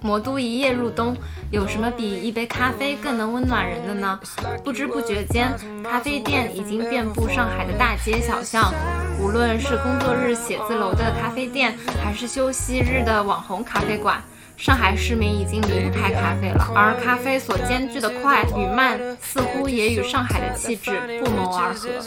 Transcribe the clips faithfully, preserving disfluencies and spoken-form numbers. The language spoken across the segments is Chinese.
魔都一夜入冬，有什么比一杯咖啡更能温暖人的呢？不知不觉间，咖啡店已经遍布上海的大街小巷。无论是工作日写字楼的咖啡店，还是休息日的网红咖啡馆，上海市民已经离不开咖啡了。而咖啡所兼具的快与慢，似乎也与上海的气质不谋而合。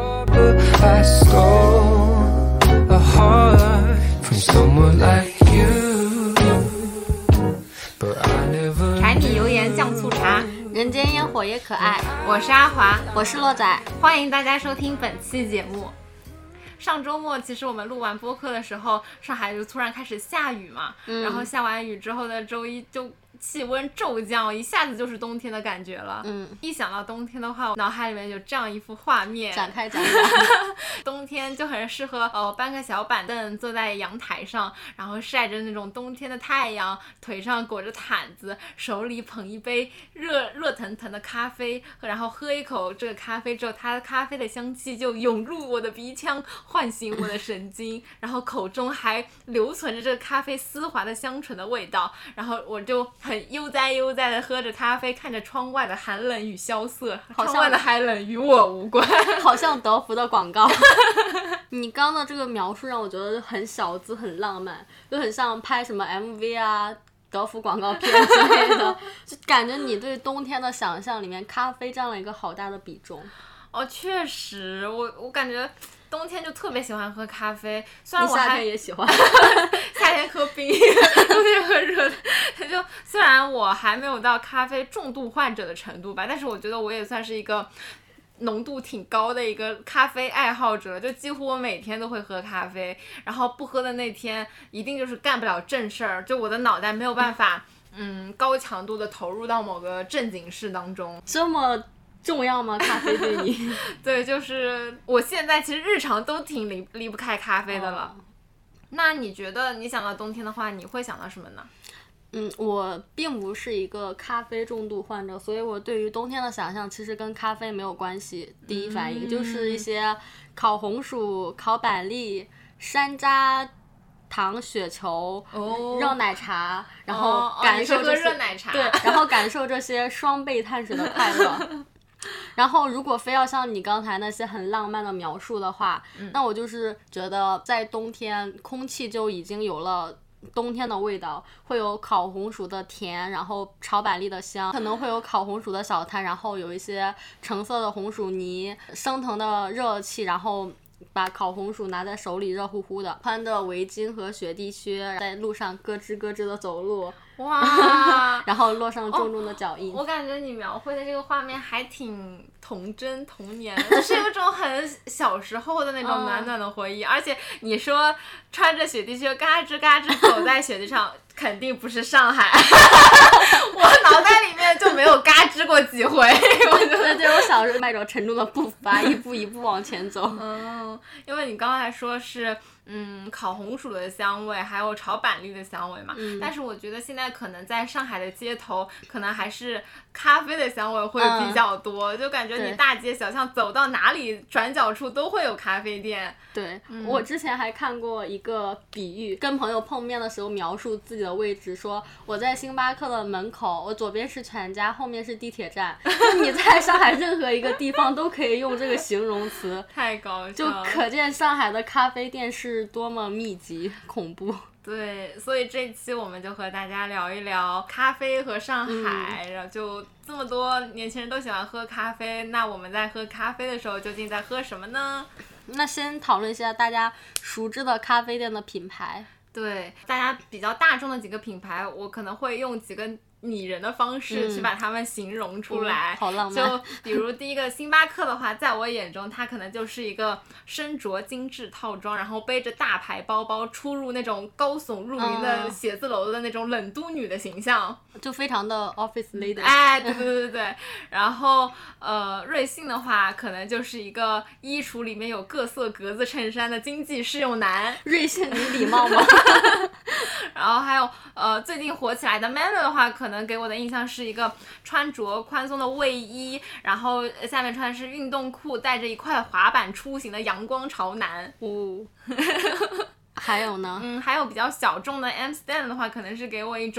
柴米油盐酱醋茶， 人间烟火也可爱。 我是阿华， 我是洛仔， 欢迎大家收听本期节目。上周末其实我们录完播客的时候，上海就突然开始下雨嘛、嗯、然后下完雨之后的周一就气温骤降，一下子就是冬天的感觉了。嗯，一想到冬天的话，我脑海里面有这样一幅画面， 展开展开。 冬天就很适合呃搬个小板凳坐在阳台上，然后晒着那种冬天的太阳，腿上裹着毯子，手里捧一杯热热腾腾的咖啡，然后喝一口这个咖啡之后，它的咖啡的香气就涌入我的鼻腔，唤醒我的神经，然后口中还留存着这个咖啡丝滑的香醇的味道，然后我就很悠哉悠哉的喝着咖啡，看着窗外的寒冷与萧瑟，窗外的寒冷与我无关。 好像德芙的广告。你刚刚的这个描述让我觉得很小资很浪漫，就很像拍什么 M V 啊德芙广告片之类的，就感觉你对冬天的想象里面咖啡占了一个好大的比重。 哦，确实，我我感觉冬天就特别喜欢喝咖啡，虽然我还你夏天也喜欢， 夏天喝冰，冬天喝热的。就虽然我还没有到咖啡重度患者的程度吧，但是我觉得我也算是一个浓度挺高的一个咖啡爱好者，就几乎我每天都会喝咖啡，然后不喝的那天一定就是干不了正事儿，就我的脑袋没有办法嗯高强度的投入到某个正经事当中。 这么重要吗？咖啡对你？ 对，就是我现在其实日常都挺离离不开咖啡的了。哦、那你觉得你想到冬天的话，你会想到什么呢？ 嗯，我并不是一个咖啡重度患者，所以我对于冬天的想象其实跟咖啡没有关系。第一反应、嗯、就是一些烤红薯、烤板栗、山楂糖雪球、哦、热奶茶，然后感受这些、 哦哦、热奶茶， 对，然后感受这些双倍碳水的快乐。然后如果非要像你刚才那些很浪漫的描述的话、嗯、那我就是觉得在冬天空气就已经有了冬天的味道，会有烤红薯的甜，然后炒板栗的香，可能会有烤红薯的小摊，然后有一些橙色的红薯泥，升腾的热气，然后把烤红薯拿在手里热乎乎的，穿着围巾和雪地靴在路上咯吱咯吱的走路， 哇然后落上重重的脚印、 哦、我感觉你描绘的这个画面还挺童真童年的，是有种很小时候的那种暖暖的回忆、嗯、而且你说穿着雪地靴嘎吱嘎吱走在雪地上肯定不是上海。我脑袋里面就没有嘎吱过几回。我觉得对，我小时候迈着沉重的步伐一步一步往前走。 嗯，因为你刚才说是嗯烤红薯的香味还有炒板栗的香味嘛、嗯、但是我觉得现在可能在上海的街头可能还是咖啡的香味会比较多、嗯、就感觉你大街小巷走到哪里转角处都会有咖啡店。 对、嗯、我之前还看过一个比喻，跟朋友碰面的时候描述自己的位置，说我在星巴克的门口，我左边是全家，后面是地铁站。就你在上海任何一个地方都可以用这个形容词。 太搞笑了， 就可见上海的咖啡店是多么密集恐怖。 对，所以这期我们就和大家聊一聊咖啡和上海、嗯、然后就这么多年轻人都喜欢喝咖啡，那我们在喝咖啡的时候究竟在喝什么呢？ 那先讨论一下大家熟知的咖啡店的品牌。 对，大家比较大众的几个品牌，我可能会用几个拟人的方式去把它们形容出来、 嗯、好浪漫。 就比如第一个星巴克的话，在我眼中它可能就是一个身着精致套装，然后背着大牌包包出入那种高耸入云的写字楼的那种冷都女的形象、 嗯、就非常的 office lady。 哎，对对对对然后呃，瑞幸的话可能就是一个衣橱里面有各色格子衬衫的经济适用男。 瑞幸你礼貌吗？ 然后还有呃，最近火起来的 Manner 的话，可能给我的印象是一个穿着宽松的卫衣，然后下面穿的是运动裤，带着一块滑板出行的阳光潮男。 哦还有呢？ 嗯，还有比较小众的 Amsterdam 的话，可能是给我一种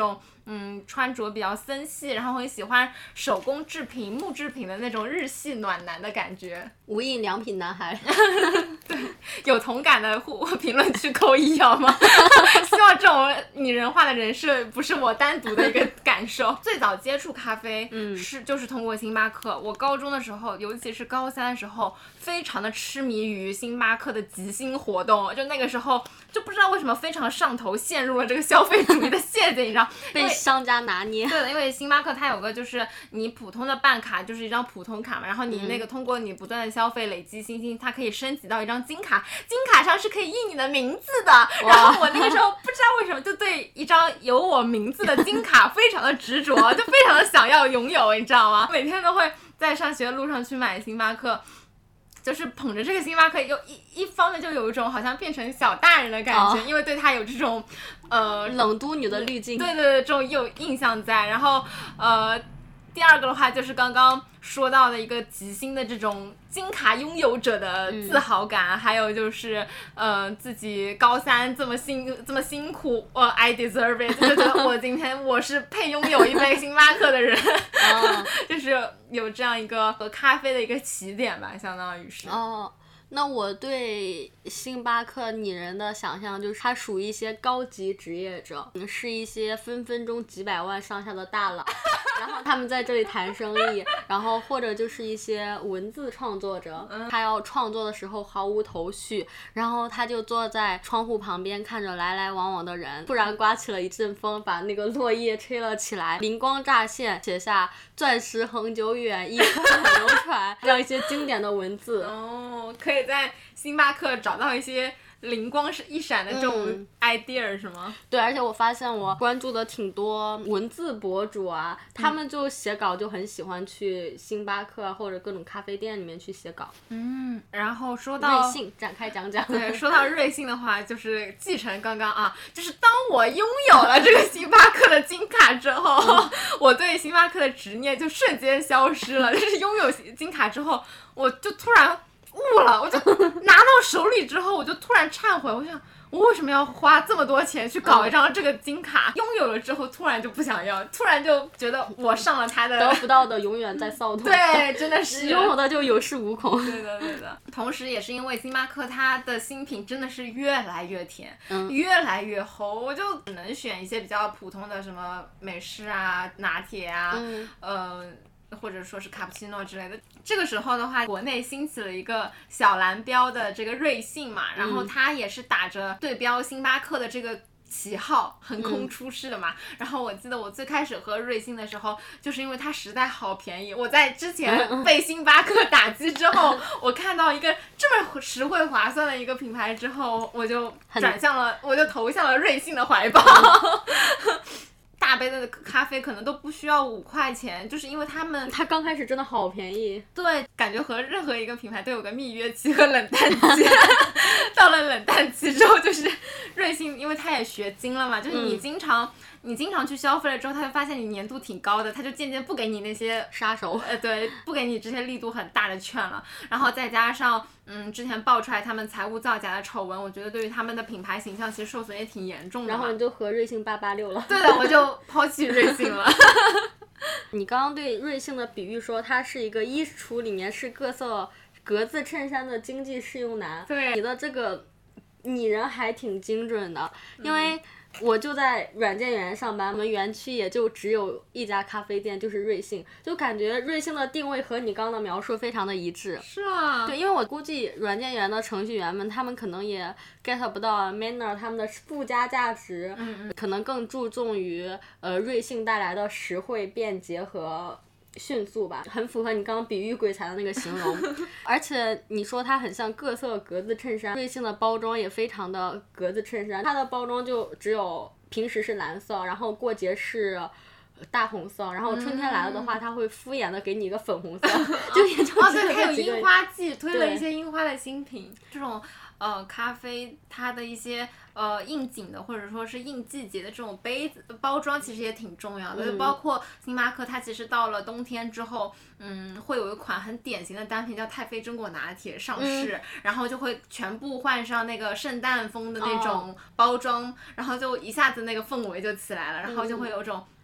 嗯穿着比较森系，然后很喜欢手工制品、木制品的那种日系暖男的感觉。 无印良品男孩。 对，有同感的互评论区扣一好吗？希望这种拟人化的人设不是我单独的一个感受。最早接触咖啡是、嗯、就是通过星巴克。我高中的时候，尤其是高三的时候，非常的痴迷于星巴克的集星活动。就那个时候就不知道为什么非常上头，陷入了这个消费主义的陷阱，你知道？ 被商家拿捏。 对的，因为星巴克它有个就是你普通的办卡就是一张普通卡嘛，然后你那个通过你不断的消费累积星星，它可以升级到一张金卡，金卡上是可以印你的名字的。然后我那个时候不知道为什么就对一张有我名字的金卡非常的执着，就非常的想要拥有，你知道吗？每天都会在上学路上去买星巴克。就是捧着这个星巴克，有一一方面就有一种好像变成小大人的感觉， oh. 因为对他有这种呃冷都女的滤镜， 对对对，这种有印象在。然后呃，第二个的话就是刚刚说到的一个吉星的这种金卡拥有者的自豪感，嗯、还有就是呃自己高三这么辛这么辛苦，我、呃、I deserve it， 就觉得我今天我是配拥有一杯星巴克的人，哦、就是有这样一个喝咖啡的一个起点吧，相当于是。 哦。那我对星巴克拟人的想象就是他属于一些高级职业者，是一些分分钟几百万上下的大佬，然后他们在这里谈生意，然后或者就是一些文字创作者，他要创作的时候毫无头绪，然后他就坐在窗户旁边看着来来往往的人，突然刮起了一阵风，把那个落叶吹了起来，灵光乍现，写下钻石恒久远，一颗很流传，这样一些经典的文字。 哦，可以在星巴克找到一些灵光一闪的这种 idea、嗯、是吗？ 对，而且我发现我关注的挺多文字博主啊，他们就写稿就很喜欢去星巴克啊或者各种咖啡店里面去写稿。 嗯，然后说到瑞幸展开讲讲。 对，说到瑞幸的话，就是继承刚刚啊，就是当我拥有了这个星巴克的金卡之后，嗯、我对星巴克的执念就瞬间消失了。就是拥有金卡之后，我就突然悟了，我就拿到手里之后，我就突然忏悔，我想我为什么要花这么多钱去搞一张这个金卡？拥、嗯、有了之后，突然就不想要，突然就觉得我上了他的得不到的永远在骚动。 对，真的是拥有的就有恃无恐。 对的，对的。同时，也是因为星巴克它的新品真的是越来越甜，嗯、越来越齁，我就只能选一些比较普通的什么美式啊、拿铁啊，嗯。呃或者说是卡布奇诺之类的。这个时候的话，国内兴起了一个小蓝标的这个瑞幸嘛，然后它也是打着对标星巴克的这个旗号横空出世的嘛、嗯、然后我记得我最开始喝瑞幸的时候，就是因为它实在好便宜，我在之前被星巴克打击之后我看到一个这么实惠划算的一个品牌之后，我就转向了我就投向了瑞幸的怀抱、嗯大杯的咖啡可能都不需要五块钱，就是因为他们它刚开始真的好便宜。 对，感觉和任何一个品牌都有个蜜月期和冷淡期到了冷淡期之后，就是瑞幸因为它也学精了嘛，就是你经常、嗯、你经常去消费了之后，他就发现你粘度挺高的，他就渐渐不给你那些杀手呃对，不给你这些力度很大的券了，然后再加上嗯，之前爆出来他们财务造假的丑闻，我觉得对于他们的品牌形象其实受损也挺严重的。 然后你就和瑞幸八八六了。 对的，我就抛弃瑞幸了。 你刚刚对瑞幸的比喻说它是一个衣橱里面是各色格子衬衫的经济适用男， 对， 你的这个拟人还挺精准的，因为我就在软件园上班，我们园区也就只有一家咖啡店，就是瑞幸，就感觉瑞幸的定位和你刚刚的描述非常的一致。 是啊， 对，因为我估计软件园的程序员们，他们可能也 get 不到 Manner 他们的附加价值，嗯嗯，可能更注重于呃瑞幸带来的实惠、便捷和迅速吧，很符合你刚刚比喻鬼才的那个形容。而且你说它很像各色格子衬衫，瑞幸的包装也非常的格子衬衫，它的包装就只有平时是蓝色，然后过节是大红色，然后春天来了的话，它会敷衍的给你一个粉红色，就也就哦对，它有樱花季，推了一些樱花的新品，这种呃咖啡它的一些呃应景的或者说是应季节的这种杯子包装其实也挺重要的、嗯、包括星巴克它其实到了冬天之后嗯会有一款很典型的单品叫太妃榛果拿铁上市、嗯、然后就会全部换上那个圣诞风的那种包装、哦、然后就一下子那个氛围就起来了，然后就会有种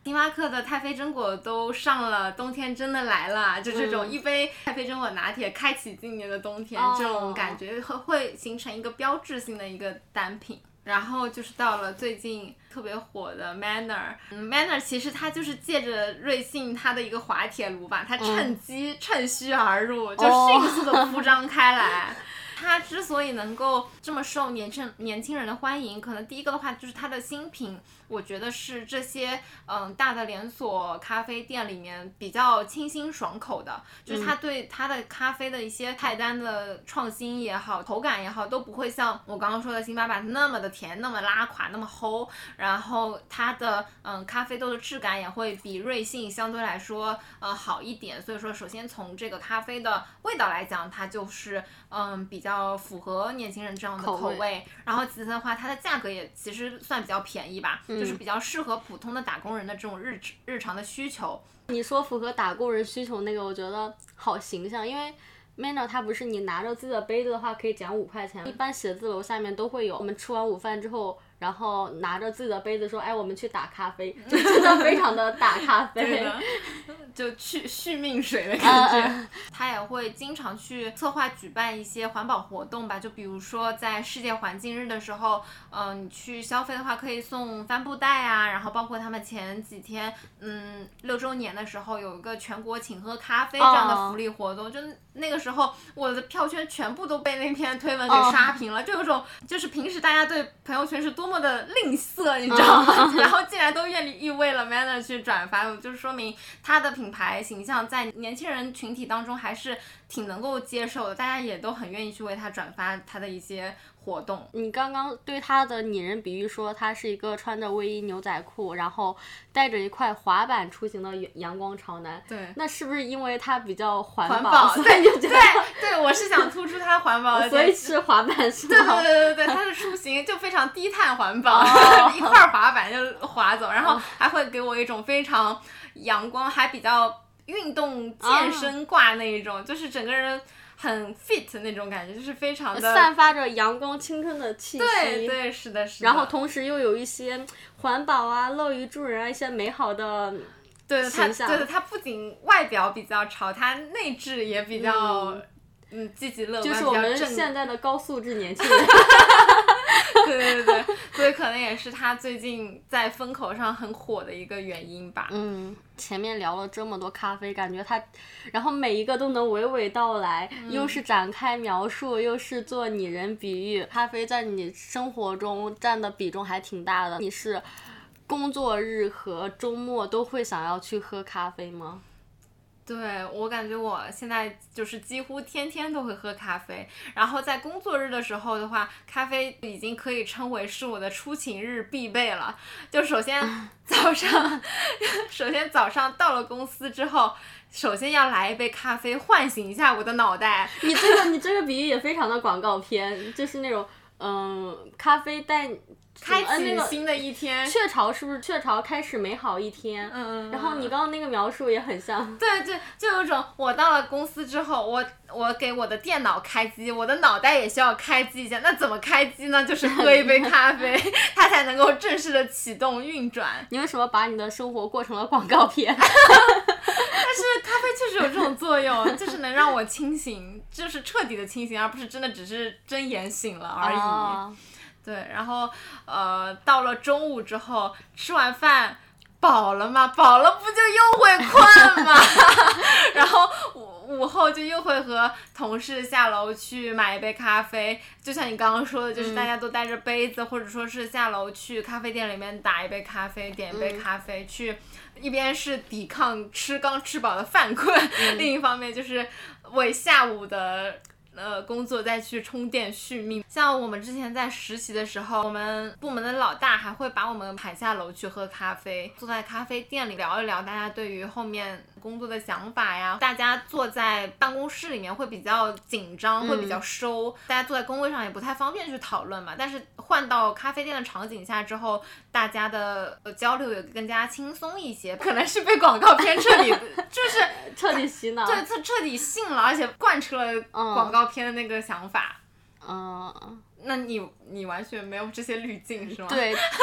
星巴克的太妃榛果都上了冬天真的来了，就这种一杯太妃榛果拿铁开启今年的冬天， 嗯、 这种感觉会会形成一个标志性的一个单品。然后就是到了最近特别火的 Manner， 嗯 Manner 其实它就是借着瑞幸它的一个滑铁卢吧，它趁机、嗯、趁虚而入，就迅速的铺张开来。哦它之所以能够这么受年轻年轻人的欢迎，可能第一个的话就是它的新品，我觉得是这些嗯大的连锁咖啡店里面比较清新爽口的，就是它对它的咖啡的一些菜单的创新也好，口感也好，都不会像我刚刚说的星巴克那么的甜，那么拉垮，那么齁。然后它的嗯咖啡豆的质感也会比瑞幸相对来说呃好一点，所以说首先从这个咖啡的味道来讲，它就是嗯比较符合年轻人这样的口味，口味然后其次的话，它的价格也其实算比较便宜吧，嗯、就是比较适合普通的打工人的这种日日常的需求。 你说符合打工人需求那个，我觉得好形象，因为 Manner 它不是你拿着自己的杯子的话可以减五块钱，一般写字楼下面都会有。我们吃完午饭之后，然后拿着自己的杯子说，哎，我们去打咖啡，就真的非常的打咖啡。 对的，就去续命水的感觉。嗯嗯、他也会经常去策划举办一些环保活动吧，就比如说在世界环境日的时候，嗯、呃，你去消费的话可以送帆布袋啊，然后包括他们前几天，嗯，六周年的时候有一个全国请喝咖啡这样的福利活动，哦、就那个时候我的票圈全部都被那篇推文给刷屏了，哦、就有种就是平时大家对朋友圈是多么的吝啬，你知道吗？哦、然后竟然都愿意为了 Manner 去转发，就是说明他的品牌形象在年轻人群体当中还是挺能够接受的，大家也都很愿意去为他转发他的一些活动。 你刚刚对他的拟人比喻说他是一个穿着卫衣牛仔裤，然后带着一块滑板出行的阳光潮男。 对， 那是不是因为他比较环保？ 环保， 所以就觉得对对，我是想突出他环保的， 所以是滑板是吗？ 对对对对对，他的出行就非常低碳环保，哦、一块滑板就滑走，然后还会给我一种非常阳光，还比较运动健身挂那一种，哦、就是整个人很 fit 那种感觉，就是非常的散发着阳光青春的气息。 对对，是的是的。 然后同时又有一些环保啊、乐于助人啊一些美好的对形象。对的，他不仅外表比较潮，他内质也比较嗯嗯积极乐观， 就是我们现在的高素质年轻人。 对对对，所以可能也是他最近在风口上很火的一个原因吧。 嗯，前面聊了这么多咖啡，感觉他，然后每一个都能娓娓道来，嗯、又是展开描述，又是做拟人比喻。咖啡在你生活中占的比重还挺大的。你是工作日和周末都会想要去喝咖啡吗？ 对，我感觉我现在就是几乎天天都会喝咖啡，然后在工作日的时候的话，咖啡已经可以称为是我的出勤日必备了。就首先早上，首先早上到了公司之后，首先要来一杯咖啡唤醒一下我的脑袋。 你这个你这个比喻也非常的广告片，就是那种嗯，咖啡带开启新的一天， 雀巢是不是雀巢开始美好一天？嗯，然后你刚刚那个描述也很像。 对对，就有种我到了公司之后，我我给我的电脑开机，我的脑袋也需要开机一下。那怎么开机呢？就是喝一杯咖啡，它才能够正式的启动运转。 你为什么把你的生活过成了广告片？ 但是咖啡确实有这种作用，就是能让我清醒，就是彻底的清醒，而不是真的只是睁眼醒了而已。哦，对，然后呃，到了中午之后，吃完饭饱了嘛，饱了不就又会困嘛，然后午午后就又会和同事下楼去买一杯咖啡，就像你刚刚说的，就是大家都带着杯子，嗯、或者说是下楼去咖啡店里面打一杯咖啡，点一杯咖啡，嗯、去一边是抵抗吃刚吃饱的犯困，嗯、另一方面就是为下午的呃，工作再去充电续命。像我们之前在实习的时候，我们部门的老大还会把我们喊下楼去喝咖啡，坐在咖啡店里聊一聊大家对于后面工作的想法呀。大家坐在办公室里面会比较紧张，会比较收，嗯、大家坐在工位上也不太方便去讨论嘛。但是换到咖啡店的场景下之后，大家的呃交流也更加轻松一些。可能是被广告片彻底就是彻底洗脑， 对，彻彻底信了，而且贯彻了广告片的那个想法。 嗯， 那你你完全没有这些滤镜是吗？ 对，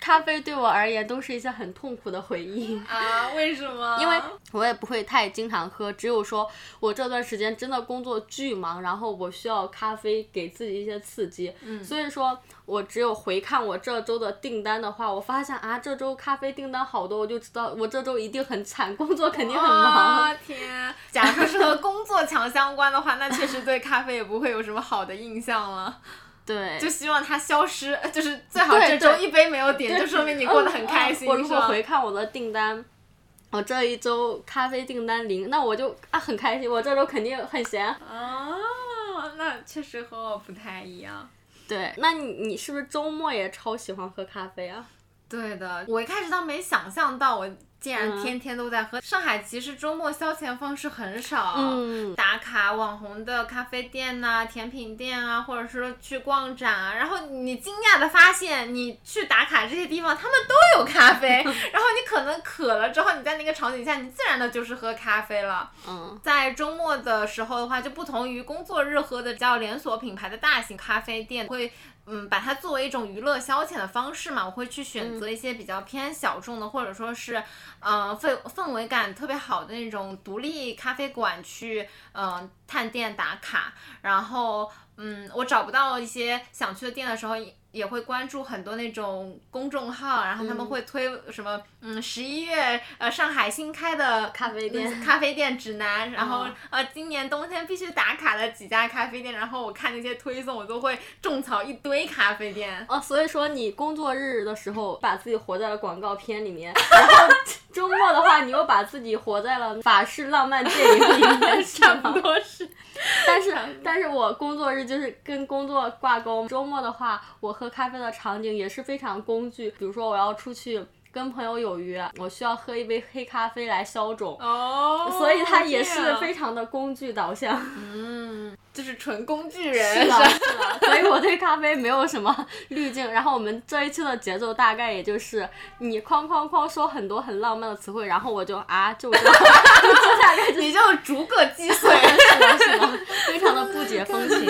咖啡对我而言都是一些很痛苦的回忆啊。为什么？ 因为我也不会太经常喝，只有说我这段时间真的工作巨忙，然后我需要咖啡给自己一些刺激， 嗯， 所以说我只有回看我这周的订单的话，我发现啊这周咖啡订单好多，我就知道我这周一定很惨，工作肯定很忙。 天，假如说是和工作强相关的话，那确实对咖啡也不会有什么好的印象了。 对， 就希望它消失，就是最好这周一杯没有点，就说明你过得很开心。 嗯嗯、我如果回看我的订单，我这一周咖啡订单零，那我就啊很开心，我这周肯定很闲。 哦，那确实和我不太一样。 对，那你你是不是周末也超喜欢喝咖啡啊？ 对的，我一开始倒没想象到我竟然天天都在喝。嗯、上海其实周末消遣方式很少， 嗯， 打卡网红的咖啡店呐、啊、甜品店啊，或者说去逛展啊，然后你惊讶的发现，你去打卡这些地方，他们都有咖啡，然后你可能渴了之后，你在那个场景下，你自然的就是喝咖啡了。 嗯， 在周末的时候的话，就不同于工作日喝的叫连锁品牌的大型咖啡店，会嗯把它作为一种娱乐消遣的方式嘛，我会去选择一些比较偏小众的，嗯、或者说是呃氛氛围感特别好的那种独立咖啡馆去嗯、呃、探店打卡，然后嗯我找不到一些想去的店的时候，也会关注很多那种公众号，然后他们会推什么嗯十一月呃上海新开的咖啡店咖啡店指南，然后、嗯、呃今年冬天必须打卡的几家咖啡店，然后我看那些推送，我都会种草一堆咖啡店。 哦，所以说你工作日的时候把自己活在了广告片里面，然后周末的话你又把自己活在了法式浪漫电影里面， 差不多是。 但是但是我工作日就是跟工作挂钩，周末的话我喝咖啡的场景也是非常工具，比如说我要出去跟朋友有约，我需要喝一杯黑咖啡来消肿， 哦， 所以它也是非常的工具导向。 嗯，就是纯工具人。 是的，是的。所以我对咖啡没有什么滤镜。然后我们这一期的节奏大概也就是你哐哐哐说很多很浪漫的词汇，然后我就啊就这样，就接下来你就逐个击碎。 是的，是的，非常的不解风情。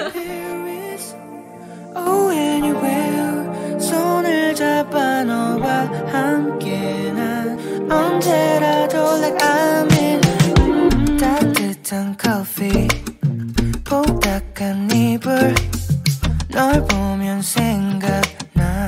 Oh, anywhere 손을 잡아 너와 함께 난 언제라도 like I'm in 음, 따뜻한 커피 포닥한 이불 널 보면 생각나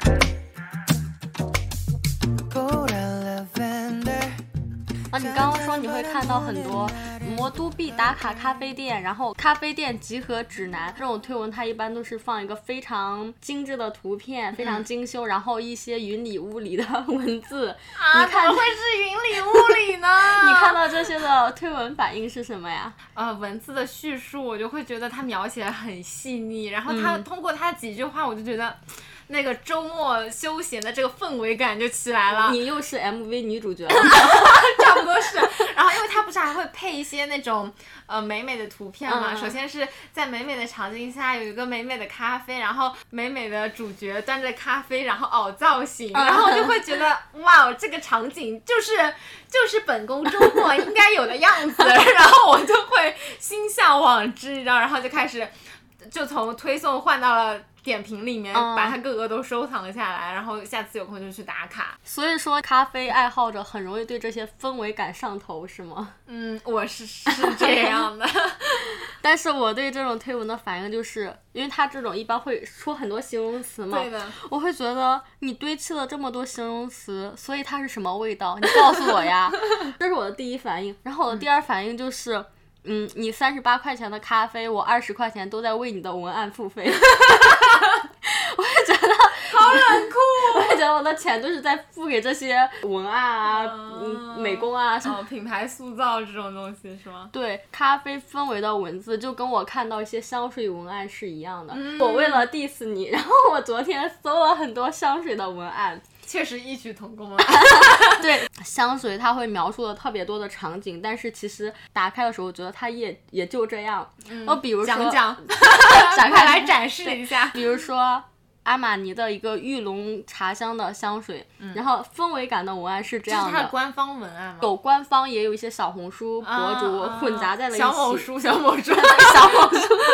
보라 lavender 啊，你刚刚说你会看到很多魔都必打卡咖啡店，然后咖啡店集合指南这种推文，它一般都是放一个非常精致的图片，非常精修，嗯、然后一些云里雾里的文字。 啊， 你看怎么会是云里雾里呢？ 你看到这些的推文反应是什么呀？ 呃，文字的叙述，我就会觉得它描写得很细腻，然后它、嗯、通过它几句话，我就觉得。那个周末休闲的这个氛围感就起来了。 你又是 M V 女主角了。 差不多是。然后因为它不是还会配一些那种呃美美的图片嘛、嗯、首先是在美美的场景下有一个美美的咖啡，然后美美的主角端着咖啡然后凹造型、嗯、然后就会觉得哇这个场景就是就是本宫周末应该有的样子然后我就会心向往之，你知道，然后就开始就从推送换到了点评里面、嗯、把它各个都收藏下来，然后下次有空就去打卡。 所以说咖啡爱好者很容易对这些氛围感上头是吗？ 嗯，我是是这样的。 但是我对这种推文的反应就是因为他这种一般会说很多形容词嘛， 对的， 我会觉得你堆砌了这么多形容词，所以它是什么味道你告诉我呀。这是我的第一反应。然后我的第二反应就是嗯嗯，你三十八块钱的咖啡，我二十块钱都在为你的文案付费。我会觉得好冷酷， 我会觉得我的钱都是在付给这些文案啊、嗯、美工啊、 哦、品牌塑造这种东西是吗？ 对，咖啡氛围的文字就跟我看到一些香水文案是一样的、嗯、我为了 diss 你，然后我昨天搜了很多香水的文案， 确实异曲同工了。 对，香水它会描述了特别多的场景，但是其实打开的时候我觉得它也也就这样。嗯，我比如说讲讲展开来展示一下。 比如说阿玛尼的一个玉龙茶香的香水、嗯、然后氛围感的文案是这样的， 这是它的官方文案吗？ 有官方也有一些小红书博主混杂在了一起、 啊啊、小某书小某书小某书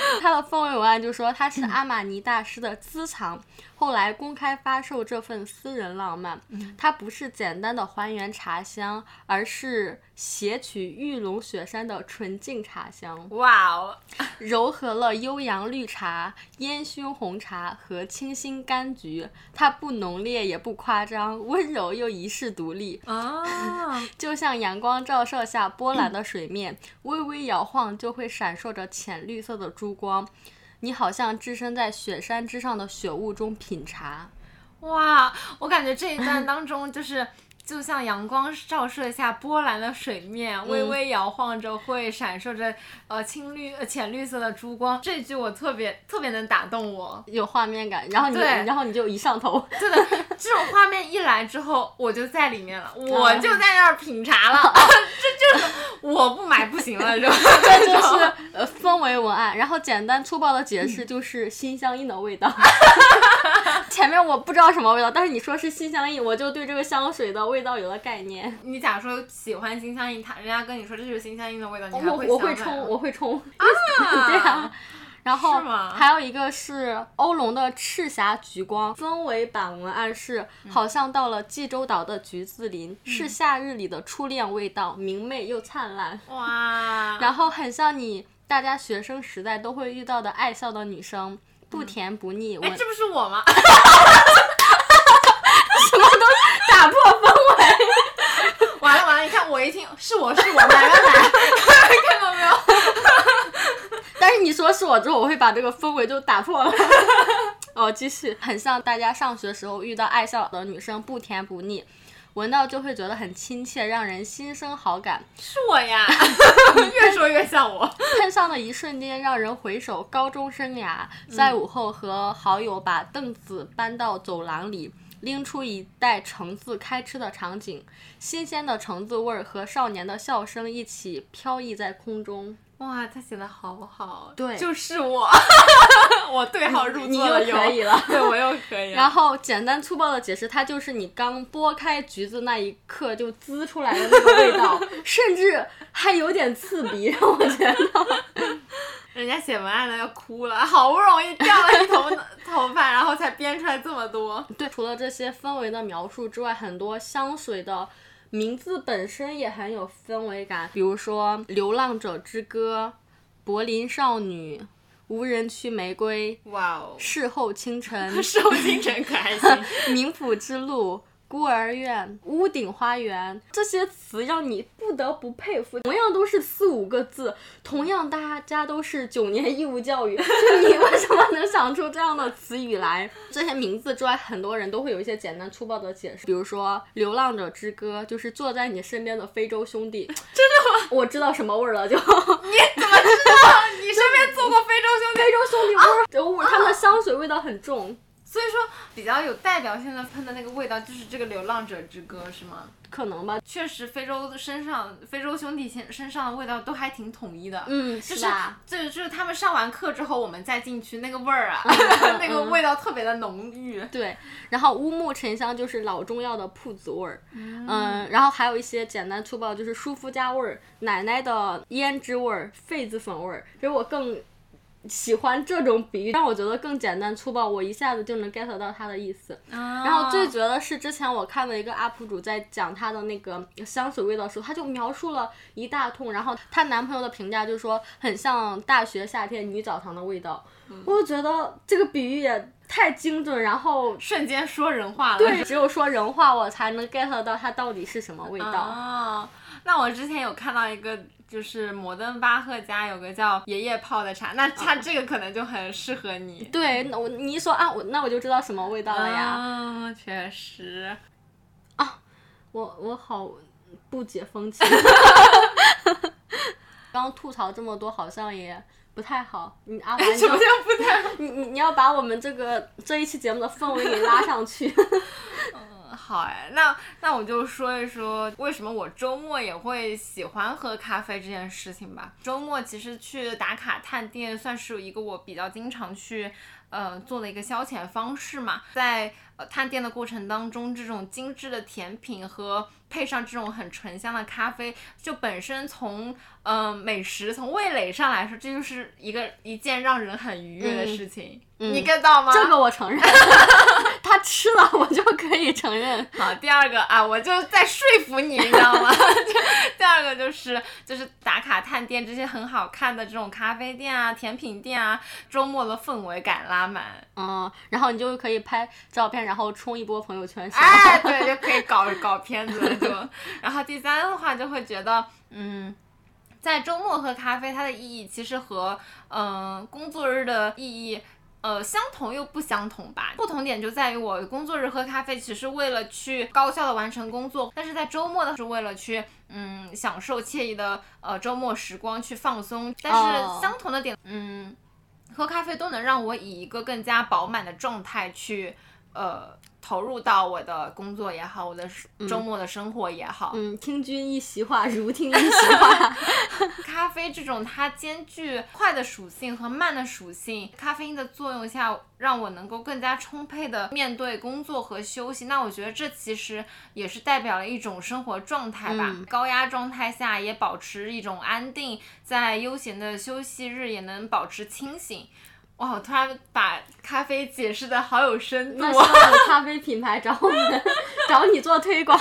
他的风味文案就说他是阿玛尼大师的私藏，后来公开发售这份私人浪漫。它不是简单的还原茶香，而是携取玉龙雪山的纯净茶香。 哇哦， 糅合了悠扬绿茶、烟熏红茶和清新柑橘，它不浓烈也不夸张，温柔又一世独立。 哦， 就像阳光照射下波澜的水面，微微摇晃就会闪烁着浅绿色的珠光，你好像置身在雪山之上的雪雾中品茶。 哇，我感觉这一段当中就是就像阳光照射下波澜的水面，微微摇晃着会闪烁着呃青绿呃浅绿色的珠光，这句我特别特别能打动我， 有画面感，然后你然后你就一上头， 对的，这种画面一来之后我就在里面了，我就在那儿品茶了，这就是我不买不行了，是吧？ 这就是呃氛围文案，然后简单粗暴的解释就是心相印的味道。前面我不知道什么味道，但是你说是心相印，我就对这个香水的味道有了概念。 你假如说喜欢心相印，他人家跟你说这就是心相印的味道，你还我会我会冲，我会冲啊， 对啊。然后是吗还有一个是欧龙的赤霞橘光，氛围版文案是好像到了济州岛的橘子林，嗯、是夏日里的初恋味道，明媚又灿烂。 哇！ 然后很像你大家学生时代都会遇到的爱笑的女生，不甜不腻。 哎、嗯，这不是我吗？ 什么都打破氛围。 完了完了！你看我一听是我是我买买买，看到没有？ 但是你说是我之后，我会把这个氛围就打破了。哦，继续，很像大家上学时候遇到爱笑的女生，不甜不腻，闻到就会觉得很亲切，让人心生好感。 是我呀，越说越像我。 喷上的一瞬间，让人回首高中生涯，在午后和好友把凳子搬到走廊里。拎出一袋橙子开吃的场景，新鲜的橙子味儿和少年的笑声一起飘逸在空中。 哇，他写的好好， 对， 就是我，我对号入座了， 你又可以了， 对我又可以了。 然后简单粗暴的解释，它就是你刚剥开橘子那一刻就滋出来的那个味道，甚至还有点刺鼻，让我觉得。 人家写文案的要哭了，好不容易掉了一头头发，然后才编出来这么多。 对，除了这些氛围的描述之外，很多香水的名字本身也很有氛围感，比如说流浪者之歌、柏林少女、无人区玫瑰， 哇哦， 事后清晨事后清晨可还行冥府之路、孤儿院、屋顶花园，这些词让你不得不佩服。同样都是四五个字，同样大家都是九年义务教育，就你为什么能想出这样的词语来？这些名字之外，很多人都会有一些简单粗暴的解释，比如说流浪者之歌就是坐在你身边的非洲兄弟。 真的吗？ 我知道什么味儿了，就你怎么知道？你身边坐过非洲兄弟？ 非洲兄弟味儿，啊、他们的香水味道很重。 所以说比较有代表性的喷的那个味道就是这个流浪者之歌是吗？ 可能吧， 确实非洲身上非洲兄弟身上的味道都还挺统一的。 嗯， 就是吧就是就是他们上完课之后我们再进去那个味儿啊、 嗯、 那个味道特别的浓郁。 对，然后乌木沉香就是老中药的铺子味儿。嗯, 嗯，然后还有一些简单粗暴就是舒肤佳味儿、奶奶的胭脂味儿、痱子粉味儿，所以我更喜欢这种比喻，让我觉得更简单粗暴，我一下子就能 get 到它的意思。 哦、 然后最绝的是之前我看了一个 U P 主在讲她的那个香水味道的时候，她就描述了一大通，然后她男朋友的评价就是说很像大学夏天女澡堂的味道。嗯、我就觉得这个比喻也太精准，然后瞬间说人话了。 对，只有说人话我才能 get 到它到底是什么味道。 哦，那我之前有看到一个就是摩登巴赫家有个叫爷爷泡的茶，那它这个可能就很适合你。 对，那我你一说啊，我那我就知道什么味道了呀。 嗯，确实。 啊，我我好不解风情。刚吐槽这么多，好像也不太好。你阿凡， 什么叫不太好？ 你你你要把我们这个这一期节目的氛围给拉上去。 嗯，好哎，那那我就说一说为什么我周末也会喜欢喝咖啡这件事情吧。周末其实去打卡探店算是一个我比较经常去呃做了一个消遣方式嘛，在呃探店的过程当中，这种精致的甜品和配上这种很醇香的咖啡，就本身从嗯、呃、美食从味蕾上来说，这就是一个一件让人很愉悦的事情。 嗯、 你 get 到吗？ 这个我承认，他吃了我就可以承认。 好，第二个啊，我就在说服你，你知道吗？第二个就是就是打卡探店这些很好看的这种咖啡店啊、甜品店啊，周末的氛围感拉满。 嗯，然后你就可以拍照片，然后冲一波朋友圈。 哎，对，就可以搞搞片子了就。然后第三的话就会觉得，嗯。在周末喝咖啡，它的意义其实和嗯、呃、工作日的意义呃相同又不相同吧。不同点就在于我工作日喝咖啡只是为了去高效的完成工作，但是在周末的是为了去嗯享受惬意的呃周末时光去放松。但是相同的点，嗯，喝咖啡都能让我以一个更加饱满的状态去呃。投入到我的工作也好，我的周末的生活也好。 嗯，嗯听君一席话，如听一席话。 咖啡这种它兼具快的属性和慢的属性，咖啡因的作用下，让我能够更加充沛的面对工作和休息。那我觉得这其实也是代表了一种生活状态吧。嗯、高压状态下也保持一种安定，在悠闲的休息日也能保持清醒。哇，我突然把咖啡解释的好有深度。 那希望咖啡品牌找我们，找你做推广。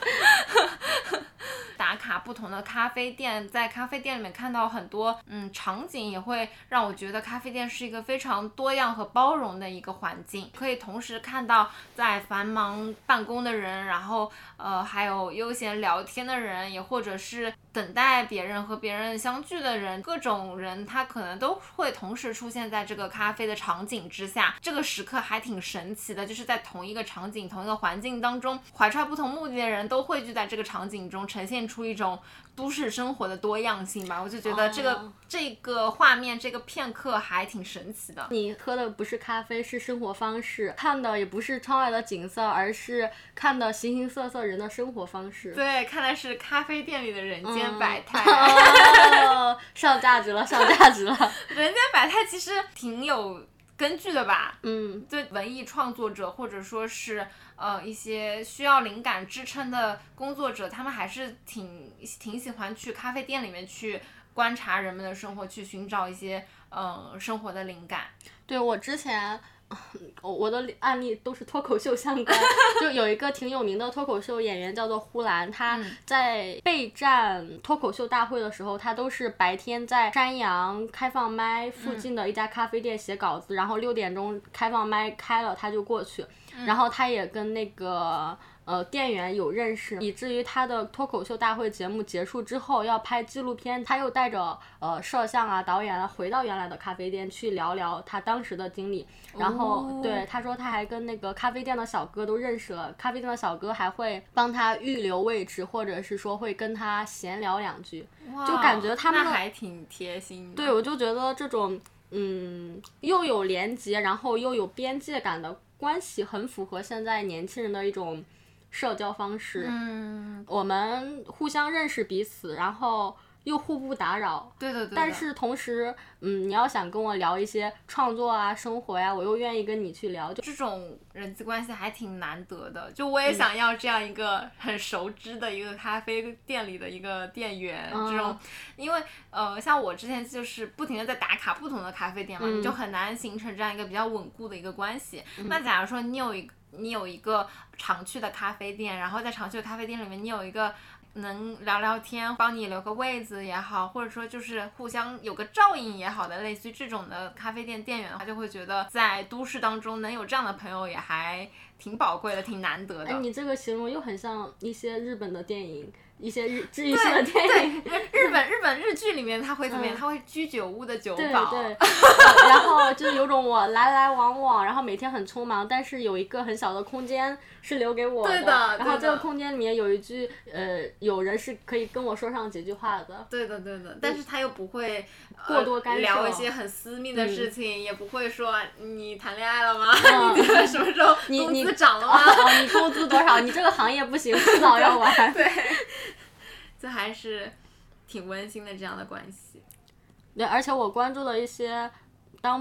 打卡不同的咖啡店，在咖啡店里面看到很多嗯场景，也会让我觉得咖啡店是一个非常多样和包容的一个环境。可以同时看到在繁忙办公的人，然后呃还有悠闲聊天的人，也或者是等待别人和别人相聚的人，各种人他可能都会同时出现在这个咖啡的场景之下。这个时刻还挺神奇的，就是在同一个场景同一个环境当中，怀揣不同目的的人都汇聚在这个场景中，呈现出一种都市生活的多样性吧。我就觉得这个、oh. 这个画面这个片刻还挺神奇的。 你喝的不是咖啡，是生活方式，看的也不是窗外的景色，而是看的形形色色人的生活方式。 对，看来是咖啡店里的人间百态。 嗯哦、上价值了上价值了。 人间百态其实挺有根据的吧。 嗯， 对文艺创作者或者说是呃一些需要灵感支撑的工作者，他们还是挺挺喜欢去咖啡店里面去观察人们的生活，去寻找一些嗯、呃、生活的灵感。 对，我之前我的案例都是脱口秀相关。就有一个挺有名的脱口秀演员叫做呼兰，他在备战脱口秀大会的时候，他都是白天在山羊开放麦附近的一家咖啡店写稿子，然后六点钟开放麦开了他就过去，然后他也跟那个呃，店员有认识，以至于他的脱口秀大会节目结束之后要拍纪录片，他又带着呃摄像啊、导演啊回到原来的咖啡店去聊聊他当时的经历。然后、哦、对他说他还跟那个咖啡店的小哥都认识了，咖啡店的小哥还会帮他预留位置，或者是说会跟他闲聊两句，就感觉他们那还挺贴心的。 对，我就觉得这种嗯又有连结，然后又有边界感的关系，很符合现在年轻人的一种社交方式。 嗯， 我们互相认识彼此，然后又互不打扰。 对的对的。 但是同时，嗯，你要想跟我聊一些创作啊、生活呀、啊，我又愿意跟你去聊。就这种人际关系还挺难得的。就我也想要这样一个很熟知的一个咖啡店里的一个店员，嗯、这种，因为呃，像我之前就是不停的在打卡不同的咖啡店嘛，嗯、你就很难形成这样一个比较稳固的一个关系。嗯、那假如说你有一个。你有一个常去的咖啡店，然后在常去的咖啡店里面你有一个能聊聊天帮你留个位子也好，或者说就是互相有个照应也好的类似于这种的咖啡店店员的话，就会觉得在都市当中能有这样的朋友也还挺宝贵的，挺难得的。 哎，你这个形容又很像一些日本的电影，一些日治愈系的电影。 对，日本日本日剧里面他会怎么样？嗯、他会居酒屋的酒保。 对对。然后就是有种我来来往往，然后每天很匆忙，但是有一个很小的空间是留给我的。 对的。 然后这个空间里面有一句呃，有人是可以跟我说上几句话的。 对的对的，但是他又不会、 呃、过多干涉， 聊一些很私密的事情，嗯、也不会说你谈恋爱了吗？嗯、你什么时候工资涨了吗？ 哦，你工资多少？你这个行业不行，迟早要完。 对。这还是挺温馨的这样的关系。 对，而且我关注了一些当